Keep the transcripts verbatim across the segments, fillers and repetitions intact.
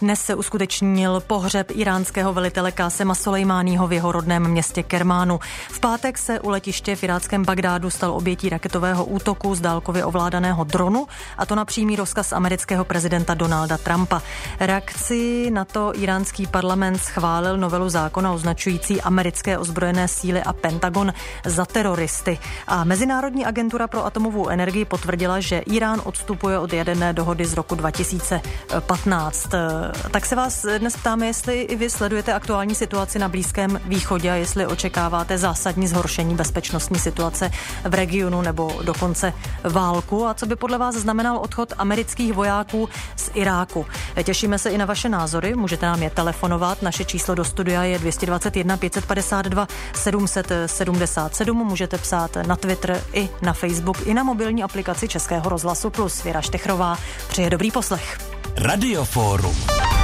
Dnes se uskutečnil pohřeb iránského velitele Kásema Sulejmáního v jeho rodném městě Kermánu. V pátek se u letiště v iráckém Bagdádu stal obětí raketového útoku z dálkově ovládaného dronu, a to na přímý rozkaz amerického prezidenta Donalda Trumpa. Reakci na to iránský parlament schválil novelu zákona označující americké ozbrojené síly a Pentagon za teroristy. A Mezinárodní agentura pro atomovou energii potvrdila, že Irán odstupuje od jaderné dohody z roku dva tisíce patnáct. Tak se vás dnes ptáme, jestli i vy sledujete aktuální situaci na Blízkém východě a jestli očekáváte zásadní zhoršení bezpečnostní situace v regionu nebo dokonce válku, a co by podle vás znamenal odchod amerických vojáků z Iráku. Těšíme se i na vaše názory, můžete nám je telefonovat, naše číslo do studia je dvě stě dvacet jedna pět set padesát dva sedm set sedmdesát sedm, můžete psát na Twitter i na Facebook i na mobilní aplikaci Českého rozhlasu Plus. Věra Štechrová přeje dobrý poslech. Radioforum.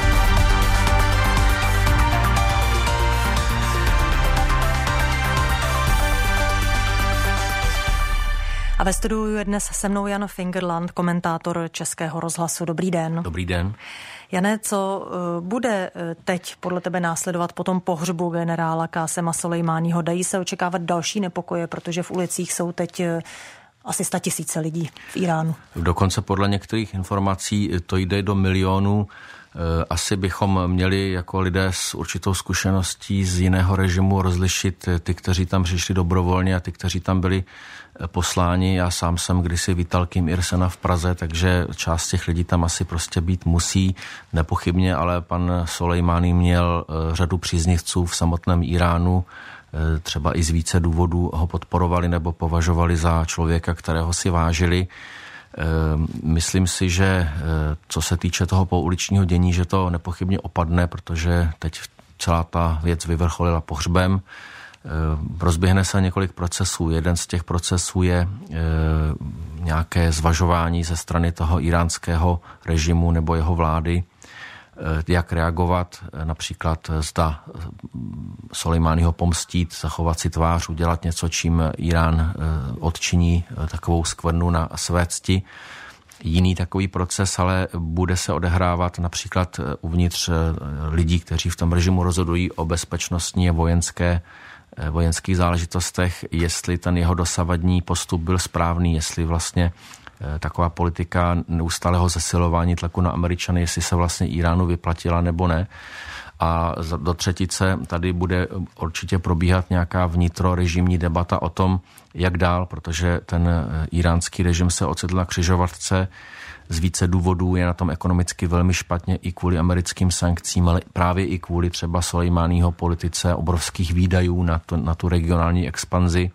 A ve studiu je dnes se mnou Jan Fingerland, komentátor Českého rozhlasu. Dobrý den. Dobrý den. Jane, co bude teď podle tebe následovat po tom pohřbu generála Kásema Sulejmáního? Dají se očekávat další nepokoje, protože v ulicích jsou teď asi sta tisíce lidí v Iránu. Dokonce podle některých informací to jde do milionů. Asi bychom měli jako lidé s určitou zkušeností z jiného režimu rozlišit ty, kteří tam přišli dobrovolně, a ty, kteří tam byli posláni. Já sám jsem kdysi vítal Kim Il-sena v Praze, takže část těch lidí tam asi prostě být musí, nepochybně, ale pan Sulejmání měl řadu příznivců v samotném Iránu, třeba i z více důvodů ho podporovali nebo považovali za člověka, kterého si vážili. Myslím si, že co se týče toho pouličního dění, že to nepochybně opadne, protože teď celá ta věc vyvrcholila pohřbem. Rozběhne se několik procesů. Jeden z těch procesů je nějaké zvažování ze strany toho iránského režimu nebo jeho vlády, jak reagovat, například zda Sulejmáního pomstít, zachovat si tvář, udělat něco, čím Irán odčiní takovou skvrnu na své cti. Jiný takový proces ale bude se odehrávat například uvnitř lidí, kteří v tom režimu rozhodují o bezpečnostní a vojenské vojenských záležitostech, jestli ten jeho dosavadní postup byl správný, jestli vlastně taková politika neustálého zesilování tlaku na Američany, jestli se vlastně Iránu vyplatila nebo ne. A do třetice tady bude určitě probíhat nějaká vnitrorežimní debata o tom, jak dál, protože ten iránský režim se ocitl na křižovatce z více důvodů, je na tom ekonomicky velmi špatně i kvůli americkým sankcím, ale právě i kvůli třeba Sulejmáního politice obrovských výdajů na, to, na tu regionální expanzi.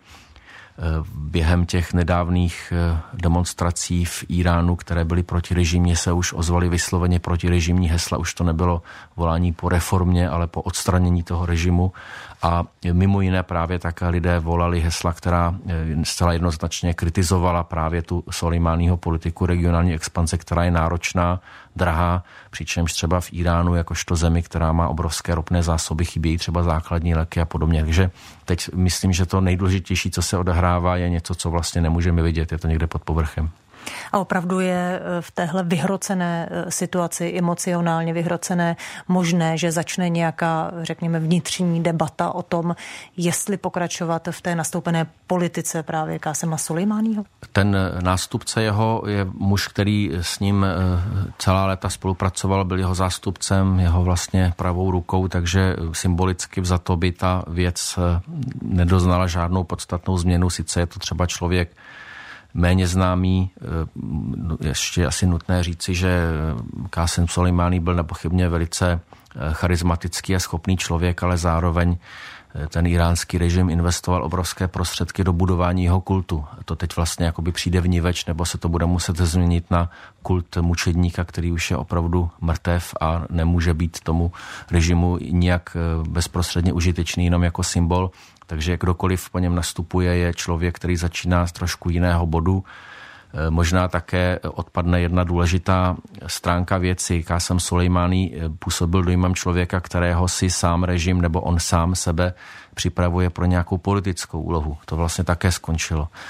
Během těch nedávných demonstrací v Iránu, které byly protirežimní, se už ozvaly vysloveně protirežimní hesla. Už to nebylo volání po reformě, ale po odstranění toho režimu. A mimo jiné právě také lidé volali hesla, která zcela jednoznačně kritizovala právě tu Sulejmáního politiku regionální expanze, která je náročná, drahá, přičemž třeba v Iránu, jakožto zemi, která má obrovské ropné zásoby, chybějí třeba základní léky a podobně. Takže teď myslím, že to nejdůležitější, co se odehrává, je něco, co vlastně nemůžeme vidět, je to někde pod povrchem. A opravdu je v téhle vyhrocené situaci, emocionálně vyhrocené, možné, že začne nějaká, řekněme, vnitřní debata o tom, jestli pokračovat v té nastoupené politice právě Kásema Sulejmáního? Ten nástupce jeho je muž, který s ním celá léta spolupracoval, byl jeho zástupcem, jeho vlastně pravou rukou, takže symbolicky vzato by ta věc nedoznala žádnou podstatnou změnu. Sice je to třeba člověk méně známý, ještě asi nutné říci, že Kásem Sulejmání byl nepochybně velice charismatický a schopný člověk, ale zároveň ten iránský režim investoval obrovské prostředky do budování jeho kultu. To teď vlastně jakoby přijde vniveč, nebo se to bude muset změnit na kult mučedníka, který už je opravdu mrtev a nemůže být tomu režimu nijak bezprostředně užitečný, jenom jako symbol. Takže kdokoliv po něm nastupuje, je člověk, který začíná z trošku jiného bodu. Možná také odpadne jedna důležitá stránka věci. Kásem Sulejmání působil dojmem člověka, kterého si sám režim nebo on sám sebe připravuje pro nějakou politickou úlohu. To vlastně také skončilo.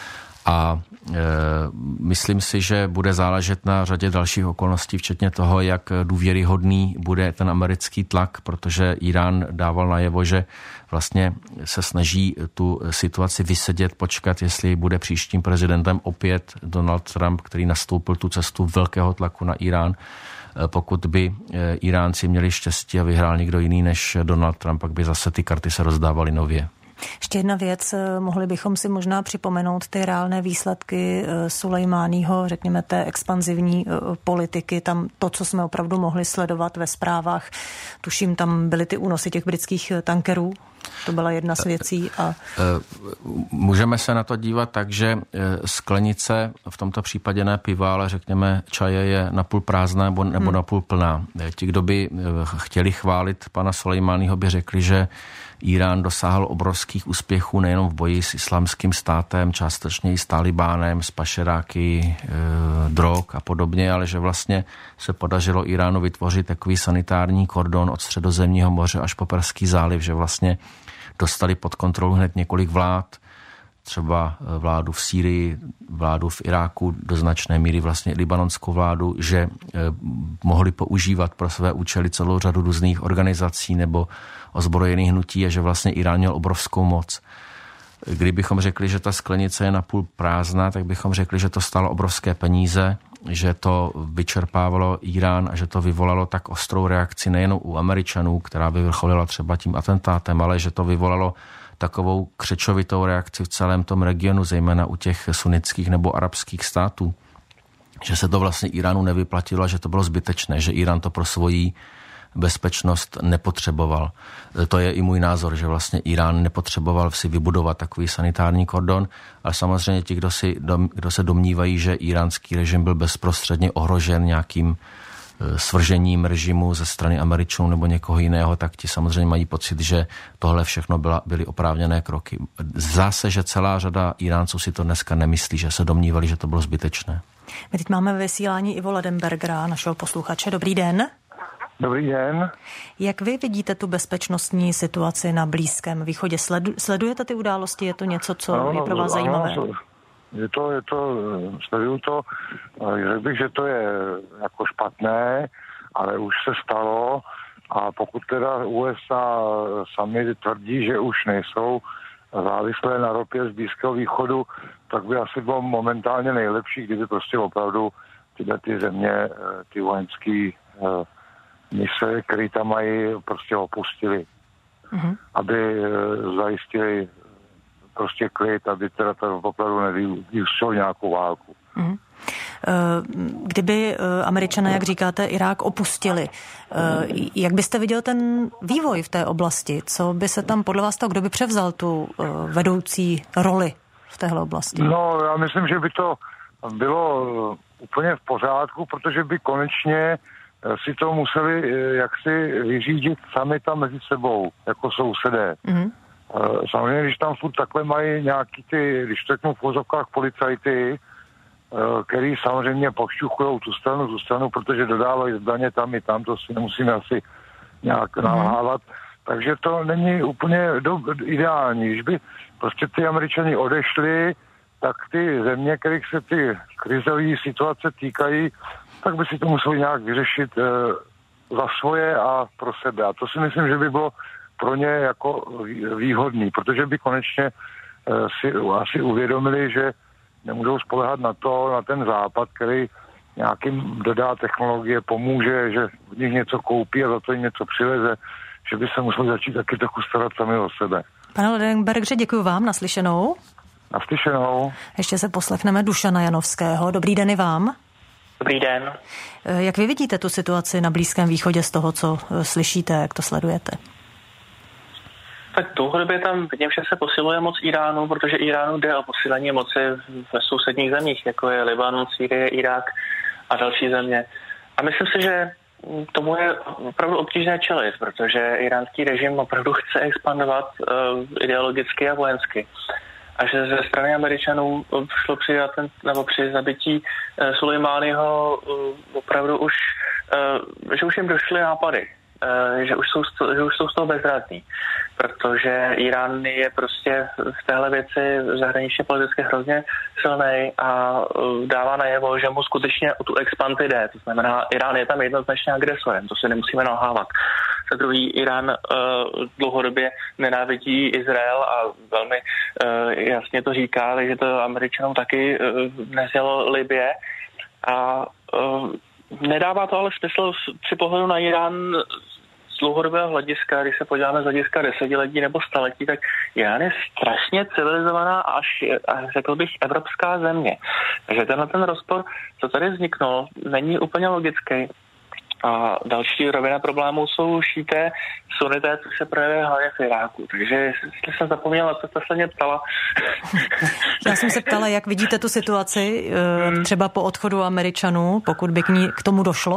A e, myslím si, že bude záležet na řadě dalších okolností, včetně toho, jak důvěryhodný bude ten americký tlak, protože Irán dával najevo, že vlastně se snaží tu situaci vysedět, počkat, jestli bude příštím prezidentem opět Donald Trump, který nastoupil tu cestu velkého tlaku na Irán. Pokud by Iránci měli štěstí a vyhrál někdo jiný než Donald Trump, pak by zase ty karty se rozdávaly nově. Ještě jedna věc, mohli bychom si možná připomenout ty reálné výsledky Sulejmáního, řekněme té expanzivní politiky, tam to, co jsme opravdu mohli sledovat ve zprávách, tuším, tam byly ty únosy těch britských tankerů, to byla jedna z věcí. A... Můžeme se na to dívat tak, že sklenice, v tomto případě ne piva, ale řekněme čaje je napůl prázdná nebo, nebo hmm. napůl plná. Ti, kdo by chtěli chválit pana Sulejmáního, by řekli, že Irán dosáhl obrovských úspěchů nejenom v boji s islámským státem, částečně i s Talibánem, s pašeráky, e, drog a podobně, ale že vlastně se podařilo Iránu vytvořit takový sanitární kordon od Středozemního moře až po Perský záliv, že vlastně dostali pod kontrolu hned několik vlád, třeba vládu v Sýrii, vládu v Iráku, do značné míry vlastně libanonskou vládu, že e, mohli používat pro své účely celou řadu různých organizací nebo ozbrojených hnutí a že vlastně Irán měl obrovskou moc. Kdybychom řekli, že ta sklenice je napůl prázdná, tak bychom řekli, že to stálo obrovské peníze, že to vyčerpávalo Irán a že to vyvolalo tak ostrou reakci nejen u Američanů, která by vyvrcholila třeba tím atentátem, ale že to vyvolalo takovou křečovitou reakci v celém tom regionu, zejména u těch sunnických nebo arabských států, že se to vlastně Iránu nevyplatilo a že to bylo zbytečné, že Irán to pro svoji bezpečnost nepotřeboval. To je i můj názor, že vlastně Irán nepotřeboval si vybudovat takový sanitární kordon, ale samozřejmě ti, kdo, si, kdo se domnívají, že iránský režim byl bezprostředně ohrožen nějakým svržením režimu ze strany Američanů nebo někoho jiného, tak ti samozřejmě mají pocit, že tohle všechno byla, byly oprávněné kroky. Zdá se, že celá řada Iránců si to dneska nemyslí, že se domnívali, že to bylo zbytečné. My teď máme vysílání Ivo Ledenbergera, našeho posluchače. Dobrý den. Dobrý den. Jak vy vidíte tu bezpečnostní situaci na Blízkém východě? Sledu, sledujete ty události? Je to něco, co ano, je pro vás ano, zajímavé? Je to, je to, sleduju to. Řekl bych, že to je jako špatné, ale už se stalo a pokud teda U S A sami tvrdí, že už nejsou závislé na ropě z Blízkého východu, tak by asi bylo momentálně nejlepší, kdyby prostě opravdu tyhle ty země, ty vojenský mise, které tam mají, prostě opustili. Mm-hmm. Aby zajistili prostě klid, aby teda to opravdu nevyústilo nějakou válku. Mm-hmm. Kdyby Američané, jak říkáte, Irák opustili, jak byste viděl ten vývoj v té oblasti? Co by se tam podle vás to, kdo by převzal tu vedoucí roli v téhle oblasti? No, já myslím, že by to bylo úplně v pořádku, protože by konečně si to museli jaksi vyřídit sami tam mezi sebou, jako sousedé. Mm-hmm. Samozřejmě, když tam furt takhle mají nějaký ty, když řeknu v vozovkách policajty, který samozřejmě pošťuchujou tu stranu, tu stranu, protože dodávají zbraně tam i tam, to si nemusíme asi nějak nalhávat. Takže to není úplně do, ideální. Když by prostě ty Američani odešli, tak ty země, kterých se ty krizové situace týkají, tak by si to museli nějak vyřešit e, za svoje a pro sebe. A to si myslím, že by bylo pro ně jako výhodný, protože by konečně e, si asi uvědomili, že nemůžou spolehat na to, na ten západ, který nějakým dodá technologie, pomůže, že v nich něco koupí a za to jim něco přiveze, že by se museli začít taky trochu starat sami o sebe. Pane Ledenbergře, děkuji vám, naslyšenou. Naslyšenou. Ještě se poslechneme Dušana Janovského. Dobrý den i vám. Dobrý den. Jak vy vidíte tu situaci na Blízkém východě z toho, co slyšíte, jak to sledujete? Tak dlouhodobě tam vidím, že se posiluje moc Iránu, protože Iránu jde o posílení moci ve sousedních zemích, jako je Libanon, Sýrie, Irák a další země. A myslím si, že tomu je opravdu obtížné čelit, protože iránský režim opravdu chce expandovat uh, ideologicky a vojensky. A že ze strany Američanů šlo při, atent, nebo při zabití uh, Sulejmáního uh, opravdu už, uh, že už jim došly nápady. že už jsou, že už jsou z toho bezradní, protože Irán je prostě v téhle věci zahraničně politicky hrozně silný a dává najevo, že mu skutečně o tu expanzi jde. To znamená, Irán je tam jednoznačně agresorem, to si nemusíme nalhávat. Za druhý, Irán uh, dlouhodobě nenávidí Izrael a velmi uh, jasně to říká, takže to Američanům taky uh, nezjelo Libye a uh, nedává to ale smysl při pohledu na Irán z dlouhodobého hlediska, když se podíváme z hlediska desetiletí nebo staletí, tak Irán je strašně civilizovaná až, až řekl bych, evropská země. Takže tenhle ten rozpor, co tady vzniknul, není úplně logický. A další rovina problémů jsou šíité sunité, což se projevuje hlavně v Iráku. Takže jestli jsem zapomněla, co jste se mě ptala. Já jsem se ptala, jak vidíte tu situaci třeba po odchodu Američanů, pokud by k, ní, k tomu došlo?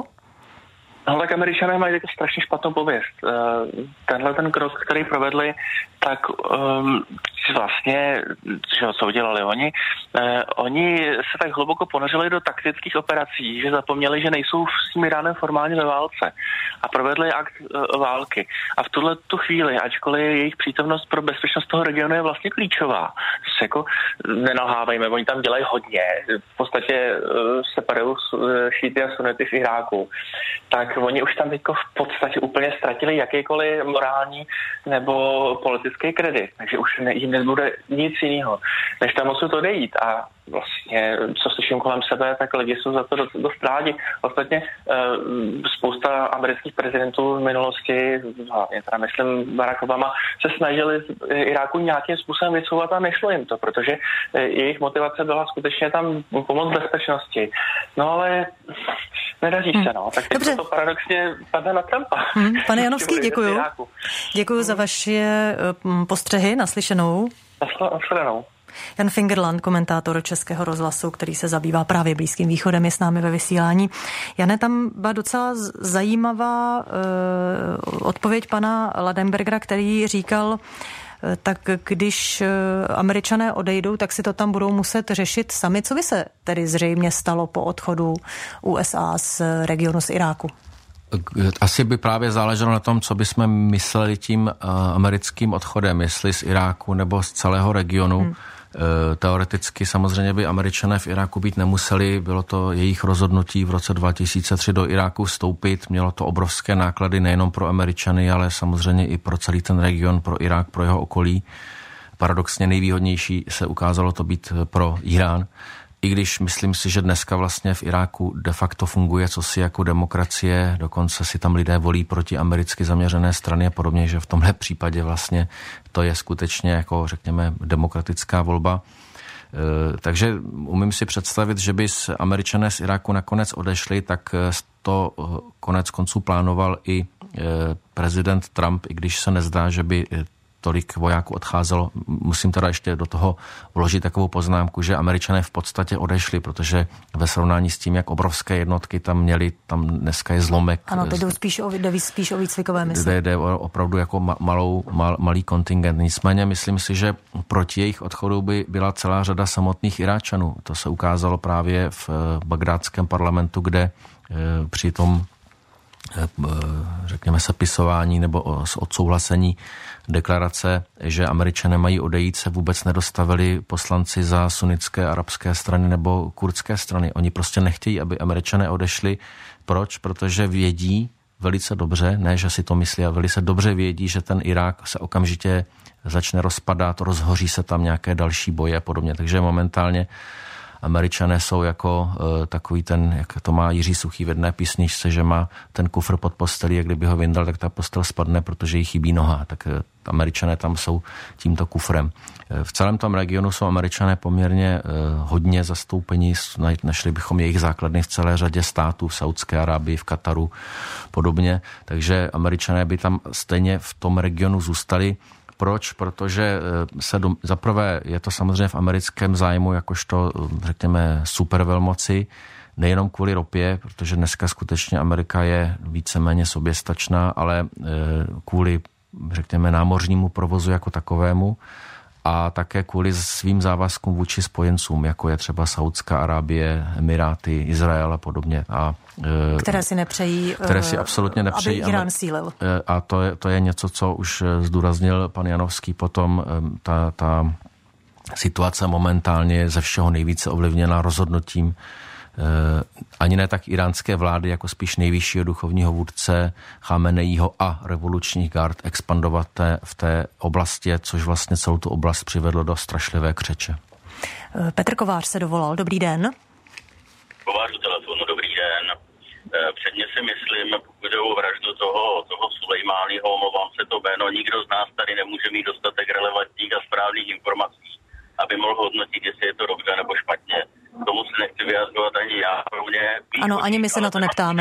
No tak Američané mají jako strašně špatnou pověst. Tenhle ten krok, který provedli, tak um, vlastně, co udělali oni, uh, oni se tak hluboko ponořili do taktických operací, že zapomněli, že nejsou s tím Iránem formálně ve válce a provedli akt uh, války. A v tuhle tu chvíli, ačkoliv jejich přítomnost pro bezpečnost toho regionu je vlastně klíčová, se jako nenalhávejme, oni tam dělají hodně, v podstatě uh, separují uh, šíty a sunity v Iráku, tak oni už tam teďko v podstatě úplně ztratili jakýkoliv morální nebo politický kredit. Takže už ne, jim nebude nic jiného, než tam odsud odejít. A vlastně, co slyším kolem sebe, tak lidi jsou za to dost rádi. Ostatně e, spousta amerických prezidentů v minulosti, hlavně teda myslím Barack Obama, se snažili z Iráku nějakým způsobem vycouvat a nešlo jim to, protože jejich motivace byla skutečně tam pomoc bezpečnosti. No ale nedaří se, no. Tak teď to paradoxně padne na Trumpa. Hmm. Pane Janovský, děkuju. Děkuju za vaše postřehy, naslyšenou. Naslyšenou. Jan Fingerland, komentátor Českého rozhlasu, který se zabývá právě Blízkým východem, je s námi ve vysílání. Jane, tam byla docela zajímavá uh, odpověď pana Ladenbergera, který říkal, tak když Američané odejdou, tak si to tam budou muset řešit sami. Co by se tedy zřejmě stalo po odchodu U S A z regionu z Iráku? Asi by právě záleželo na tom, co bychom mysleli tím americkým odchodem, jestli z Iráku nebo z celého regionu. Hmm. Teoreticky samozřejmě by Američané v Iráku být nemuseli, bylo to jejich rozhodnutí v roce dva tisíce tři do Iráku vstoupit, mělo to obrovské náklady nejenom pro Američany, ale samozřejmě i pro celý ten region, pro Irák, pro jeho okolí. Paradoxně nejvýhodnější se ukázalo to být pro Irán, i když myslím si, že dneska vlastně v Iráku de facto funguje cosi jako demokracie, dokonce si tam lidé volí proti americky zaměřené strany a podobně, že v tomhle případě vlastně to je skutečně jako řekněme demokratická volba. E, takže umím si představit, že by Američané z Iráku nakonec odešli, tak to konec konců plánoval i prezident Trump, i když se nezdá, že by tolik vojáků odcházelo. Musím teda ještě do toho vložit takovou poznámku, že Američané v podstatě odešli, protože ve srovnání s tím, jak obrovské jednotky tam měli, tam dneska je zlomek. Ano, teď jde spíš o, jde spíš o výcvikové mise. Jde, jde opravdu jako malou, mal, malý kontingent. Nicméně myslím si, že proti jejich odchodu by byla celá řada samotných Iráčanů. To se ukázalo právě v bagdátském parlamentu, kde při tom řekněme sepisování nebo odsouhlasení deklarace, že Američané mají odejít, se vůbec nedostavili poslanci za sunnické arabské strany nebo kurdské strany. Oni prostě nechtějí, aby Američané odešli. Proč? Protože vědí velice dobře, ne, že si to myslí, a velice dobře vědí, že ten Irák se okamžitě začne rozpadat, rozhoří se tam nějaké další boje a podobně. Takže momentálně Američané jsou jako uh, takový ten, jak to má Jiří Suchý v jedné písničce, že má ten kufr pod postelí a kdyby ho vyndal, tak ta postel spadne, protože jí chybí noha. Tak uh, Američané tam jsou tímto kufrem. Uh, v celém tom regionu jsou Američané poměrně uh, hodně zastoupení, našli bychom jejich základny v celé řadě států, v Saudské Arábii, v Kataru, podobně. Takže Američané by tam stejně v tom regionu zůstali. Proč? Protože se do, zaprvé je to samozřejmě v americkém zájmu jakožto, řekněme, supervelmoci, nejenom kvůli ropě, protože dneska skutečně Amerika je víceméně soběstačná, ale kvůli, řekněme, námořnímu provozu jako takovému. a také kvůli svým závazkům vůči spojencům, jako je třeba Saudská Arábie, Emiráty, Izrael a podobně. A, které si nepřejí, které si absolutně nepřejí, aby Irán sílil. A to je, to je něco, co už zdůraznil pan Janovský potom, ta, ta situace momentálně je ze všeho nejvíce ovlivněna rozhodnutím ani ne tak iránské vlády, jako spíš nejvyššího duchovního vůdce Chameneího a revolučních gard expandovat té, v té oblasti, což vlastně celou tu oblast přivedlo do strašlivé křeče. Petr Kovář se dovolal. Dobrý den. Kovář u telefonu, dobrý den. Předně si myslím, pokud jde o vraždu toho, toho Sulejmáního, omlouvám se to jméno, nikdo z nás tady nemůže mít dostatek relevantních a správných informací, aby mohl hodnotit, jestli je to dobře nebo špatně. K tomu se nechci vyjadřovat ani já. Pro mě ano, ani my se na to neptáme.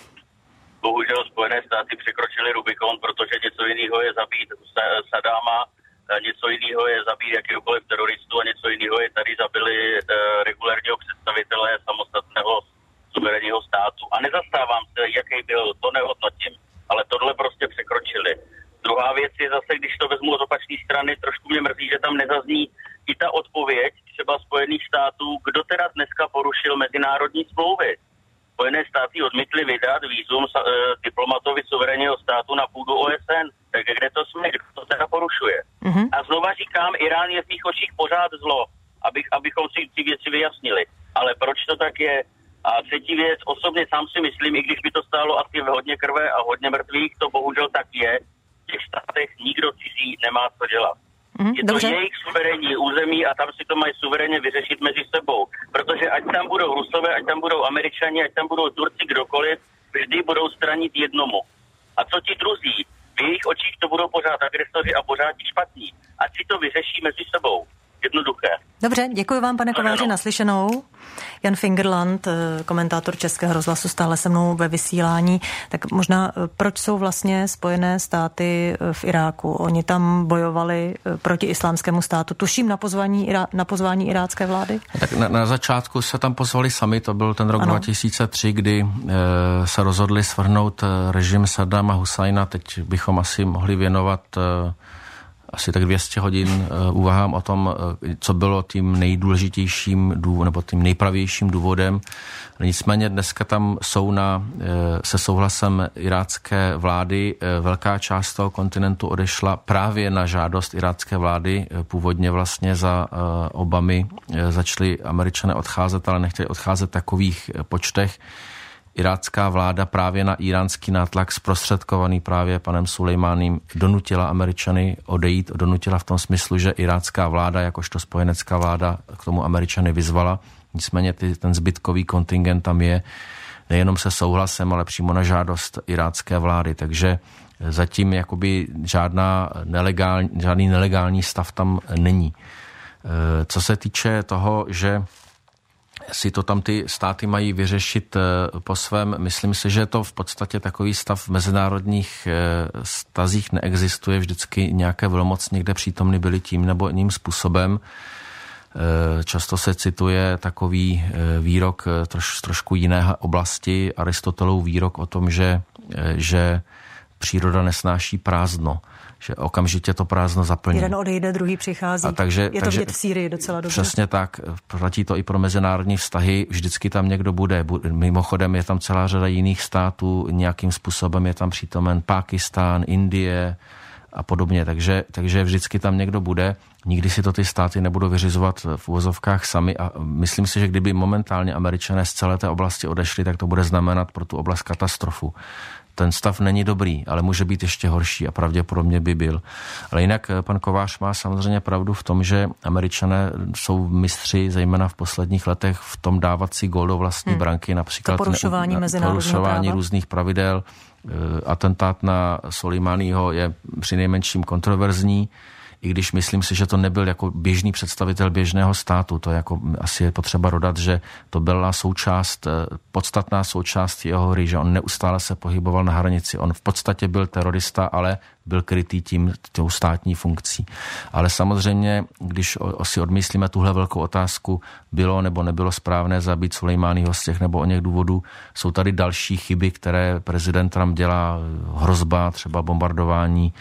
Bohužel Spojené státy překročily Rubikon, protože něco jiného je zabít Sadáma, něco jiného je zabít jakýkoliv teroristu a něco jiného je tady zabili e, regulárního představitele samostatného suverénního státu. A nezastávám se, jaký byl, to nehodnotím, ale tohle prostě překročili. Druhá věc je zase, když to vezmu od opačné strany, trošku mě mrzí, že tam nezazní i ta odpověď třeba Spojených států, kdo teda dneska porušil mezinárodní smlouvy. Spojené státy odmítly vydat vízum e, diplomatovi suverénního státu na půdu O S N. Tak kde to jsme, kdo to teda porušuje? Mm-hmm. A znova říkám, Irán je v mých očích pořád zlo, abych, abychom si ty věci vyjasnili. Ale proč to tak je? A třetí věc, osobně sám si myslím, i když by to stálo asi hodně krve a hodně mrtvých, to bohužel tak je, v těch státech nikdo cizí nemá co dělat. Mm, je to dobře. Jejich suverénní území a tam si to mají suverénně vyřešit mezi sebou. Protože ať tam budou Rusové, ať tam budou Američani, ať tam budou Turci, kdokoliv, vždy budou stranit jednomu. A co ti druzí? V jejich očích to budou pořád agresoři a pořád ti špatní. Ať si to vyřeší mezi sebou. Jednoduché. Dobře, děkuji vám, pane Kováři, naslyšenou. Jan Fingerland, komentátor Českého rozhlasu, stále se mnou ve vysílání. Tak možná, proč jsou vlastně Spojené státy v Iráku? Oni tam bojovali proti islámskému státu. Tuším na pozvání, na pozvání irácké vlády? Tak na, na začátku se tam pozvali sami, to byl ten rok ano. dva tisíce tři, kdy e, se rozhodli svrhnout režim Saddama Husajna. Teď bychom asi mohli věnovat e, asi tak dvě stě hodin uh, úvahám o tom, uh, co bylo tím nejdůležitějším důvodem, nebo tím nejpravějším důvodem. Nicméně dneska tam jsou na, uh, se souhlasem irácké vlády, uh, velká část toho kontinentu odešla právě na žádost irácké vlády. Uh, původně vlastně za uh, Obamy uh, začali Američané odcházet, ale nechtěli odcházet v takových uh, počtech. Irácká vláda právě na iránský nátlak zprostředkovaný právě panem Sulejmánem donutila Američany odejít, donutila v tom smyslu, že irácká vláda, jakožto spojenecká vláda, k tomu Američany vyzvala. Nicméně ty, ten zbytkový kontingent tam je nejenom se souhlasem, ale přímo na žádost irácké vlády. Takže zatím jakoby žádná nelegální, žádný nelegální stav tam není. Co se týče toho, že si to tam ty státy mají vyřešit po svém. Myslím si, že to v podstatě takový stav v mezinárodních stazích neexistuje. Vždycky nějaké velmoc někde přítomny byly tím nebo jiným způsobem. Často se cituje takový výrok troš, trošku jiné oblasti, Aristotelův výrok o tom, že, že příroda nesnáší prázdno, že okamžitě to prázdno zaplní. Jeden odejde, druhý přichází. A takže, je to takže, vidět v Sýrii docela dobře. Přesně tak. Platí to i pro mezinárodní vztahy. Vždycky tam někdo bude. Mimochodem je tam celá řada jiných států. Nějakým způsobem je tam přítomen Pákistán, Indie a podobně. Takže, takže vždycky tam někdo bude. Nikdy si to ty státy nebudou vyřizovat v uvozovkách sami. A myslím si, že kdyby momentálně Američané z celé té oblasti odešli, tak to bude znamenat pro tu oblast katastrofu. Ten stav není dobrý, ale může být ještě horší a pravděpodobně by byl. Ale jinak pan Kovář má samozřejmě pravdu v tom, že Američané jsou mistři, zejména v posledních letech, v tom dávat si gól do vlastní hmm. branky, například to porušování, ne, porušování různých pravidel. Atentát na Sulejmáního je přinejmenším kontroverzní, i když myslím si, že to nebyl jako běžný představitel běžného státu. To jako asi je potřeba dodat, že to byla součást, podstatná součást jeho hry, že on neustále se pohyboval na hranici. On v podstatě byl terorista, ale byl krytý tím tou státní funkcí. Ale samozřejmě, když si odmyslíme tuhle velkou otázku, bylo nebo nebylo správné zabít Sulejmáního z těch nebo o něch důvodů, jsou tady další chyby, které prezident Trump dělá, hrozba, třeba bombardování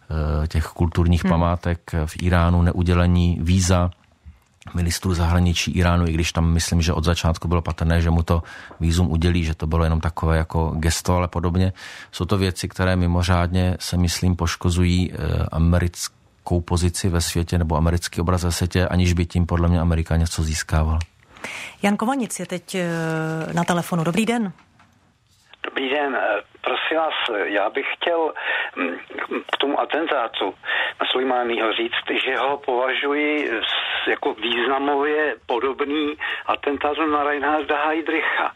těch kulturních hmm. památek v Iránu, neudělení víza ministru zahraničí Iránu, i když tam myslím, že od začátku bylo patrné, že mu to vízum udělí, že to bylo jenom takové jako gesto, ale podobně. Jsou to věci, které mimořádně se myslím poškozují americkou pozici ve světě nebo americký obraz ve světě, aniž by tím podle mě Amerika něco získávala. Jan Kovanic je teď na telefonu. Dobrý den. Dobrý den. Prosím vás, já bych chtěl k tomu atentátu na Sulejmáního říct, že ho považuji jako významově podobný atentátu na Reinharda Heydricha.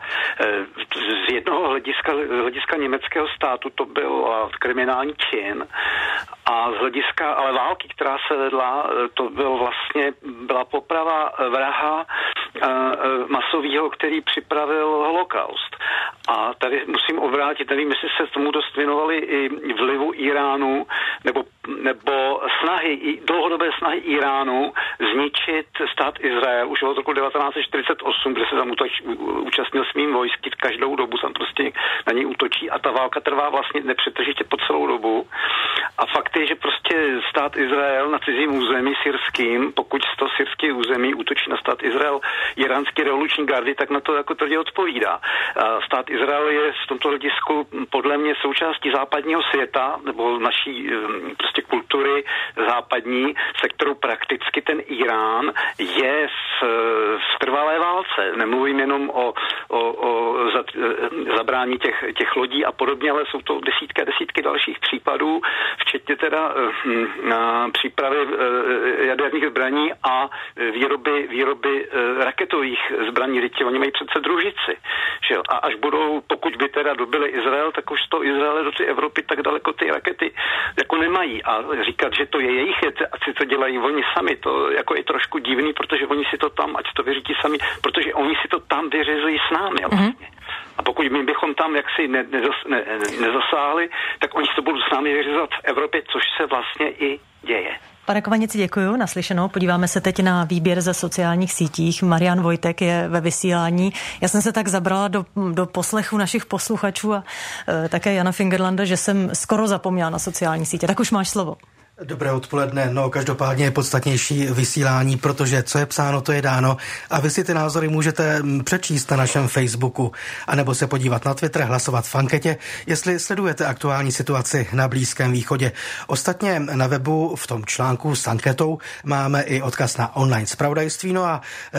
Z jednoho hlediska, hlediska německého státu to byl kriminální čin a z hlediska ale války, která se vedla, to byl vlastně, byla poprava vraha masového, který připravil holokaust. A tady musím obrátit, nevím, jestli se tomu dost věnovali i vlivu Iránu, nebo, nebo snahy, dlouhodobé snahy Iránu zničit stát Izrael už od roku devatenáct set čtyřicet osm, kde se tam útoč, účastnil svým vojsky, každou dobu tam prostě na něj útočí a ta válka trvá vlastně nepřetržitě po celou dobu. A fakt je, že prostě stát Izrael na cizím území syrským, pokud to syrské území útočí na stát Izrael, iránský revoluční gardy, tak na to jako tvrdě odpovídá. Stát Izrael je v tomto hledisku podle mě součástí západního světa, nebo naší prostě kultury západní, se kterou prakticky ten Irán je v, v trvalé válce. Nemluvím jenom o, o, o zabrání těch, těch lodí a podobně, ale jsou to desítky a desítky dalších případů, včetně teda na přípravy jaderných zbraní a výroby, výroby raketových zbraní. Děti, oni mají přece družici. Že? A až budou, pokud by teda dobili Izrael, tak už to Izraele do té Evropy tak daleko ty rakety jako nemají. A říkat, že to je jejich, ať si to dělají oni sami, to jako je trošku divný, protože oni si to tam, ať to vyřídí sami, protože oni si to tam vyřizují s námi vlastně. Mm-hmm. A pokud my bychom tam jaksi ne, nezas, ne, nezasáhli, tak oni si to budou s námi vyřizovat v Evropě, což se vlastně i děje. Pane Kovanici, děkuju, naslyšenou. Podíváme se teď na výběr ze sociálních sítích. Marian Vojtek je ve vysílání. Já jsem se tak zabrala do, do poslechu našich posluchačů a e, také Jana Fingerlanda, že jsem skoro zapomněla na sociální sítě. Tak už máš slovo. Dobré odpoledne, no každopádně je podstatnější vysílání, protože co je psáno, to je dáno a vy si ty názory můžete přečíst na našem Facebooku, anebo se podívat na Twitter, hlasovat v anketě, jestli sledujete aktuální situaci na Blízkém východě. Ostatně na webu v tom článku s anketou máme i odkaz na online zpravodajství, no a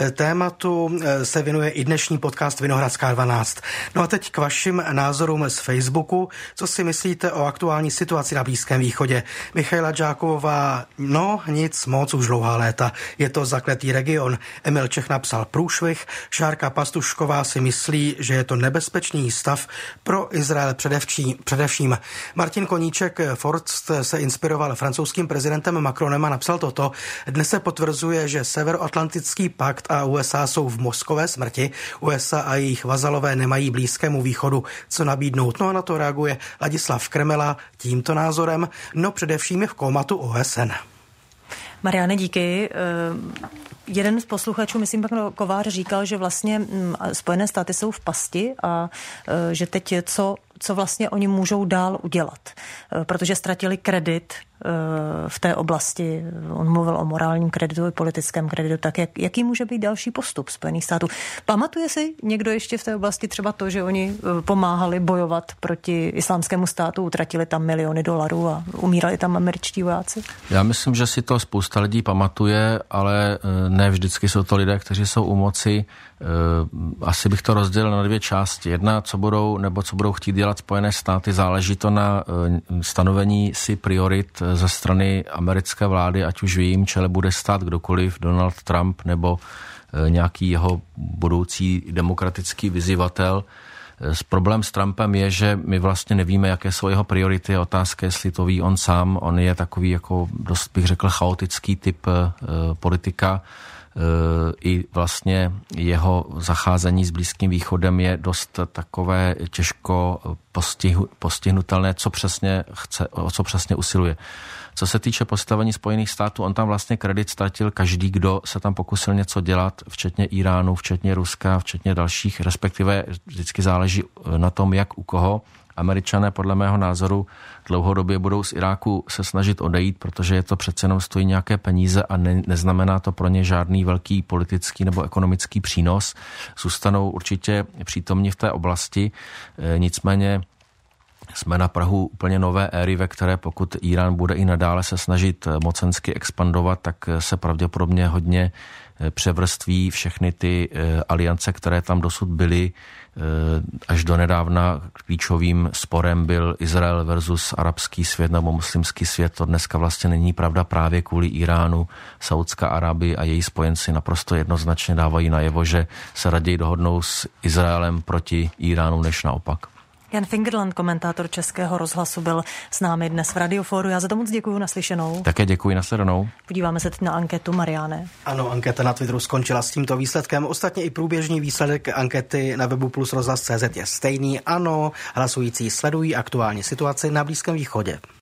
tématu se věnuje i dnešní podcast Vinohradská dvanáct. No a teď k vašim názorům z Facebooku, co si myslíte o aktuální situaci na Blízkém východě. Michaela Žáková, no nic moc už dlouhá léta. Je to zakletý region. Emil Čech napsal průšvih. Šárka Pastušková si myslí, že je to nebezpečný stav pro Izrael především. především. Martin Koníček Forst se inspiroval francouzským prezidentem Macronem a napsal toto. Dnes se potvrzuje, že Severoatlantický pakt a U S A jsou v mozkové smrti. U S A a jejich vazalové nemají Blízkému východu co nabídnout. No a na to reaguje Ladislav Krmela tímto názorem. No především je v komatu O S N. Mariane, díky. Jeden z posluchačů, myslím, pan Kovář, říkal, že vlastně Spojené státy jsou v pasti a že teď co, co vlastně oni můžou dál udělat, protože ztratili kredit v té oblasti. On mluvil o morálním kreditu i politickém kreditu. Tak jak, jaký může být další postup Spojených států? Pamatuje si někdo ještě v té oblasti třeba to, že oni pomáhali bojovat proti islámskému státu, utratili tam miliony dolarů a umírali tam američtí vojáci? Já myslím, že si to spousta lidí pamatuje, ale ne vždycky jsou to lidé, kteří jsou u moci. Asi bych to rozdělil na dvě části. Jedna, co budou, nebo co budou chtít dělat Spojené státy, záleží to na stanovení si priorit ze strany americké vlády, ať už v jejím čele bude stát kdokoliv, Donald Trump nebo nějaký jeho budoucí demokratický vyzývatel. Problém s Trumpem je, že my vlastně nevíme, jaké jsou jeho priority. Otázka, jestli to ví on sám. On je takový, jako dost bych řekl, chaotický typ politika. I vlastně jeho zacházení s Blízkým východem je dost takové těžko postihu, postihnutelné, co přesně chce, o co přesně usiluje. Co se týče postavení Spojených států, on tam vlastně kredit ztratil každý, kdo se tam pokusil něco dělat, včetně Iránu, včetně Ruska, včetně dalších, respektive vždycky záleží na tom, jak u koho, Američané podle mého názoru dlouhodobě budou z Iráku se snažit odejít, protože je to přece jenom stojí nějaké peníze a ne, neznamená to pro ně žádný velký politický nebo ekonomický přínos. Zůstanou určitě přítomni v té oblasti, e, nicméně jsme na prahu úplně nové éry, ve které pokud Irán bude i nadále se snažit mocensky expandovat, tak se pravděpodobně hodně převrství všechny ty aliance, které tam dosud byly. Až do nedávna klíčovým sporem byl Izrael versus arabský svět nebo muslimský svět. To dneska vlastně není pravda právě kvůli Iránu. Saudská Arábie a její spojenci naprosto jednoznačně dávají najevo, že se raději dohodnou s Izraelem proti Iránu než naopak. Jan Fingerland, komentátor Českého rozhlasu, byl s námi dnes v Radiofóru. Já za to moc děkuju, naslyšenou. Také děkuji, nasledanou. Podíváme se teď na anketu, Mariáne. Ano, anketa na Twitteru skončila s tímto výsledkem. Ostatně i průběžný výsledek ankety na webu plus rozhlas tečka cé zet je stejný. Ano, hlasující sledují aktuální situaci na Blízkém východě.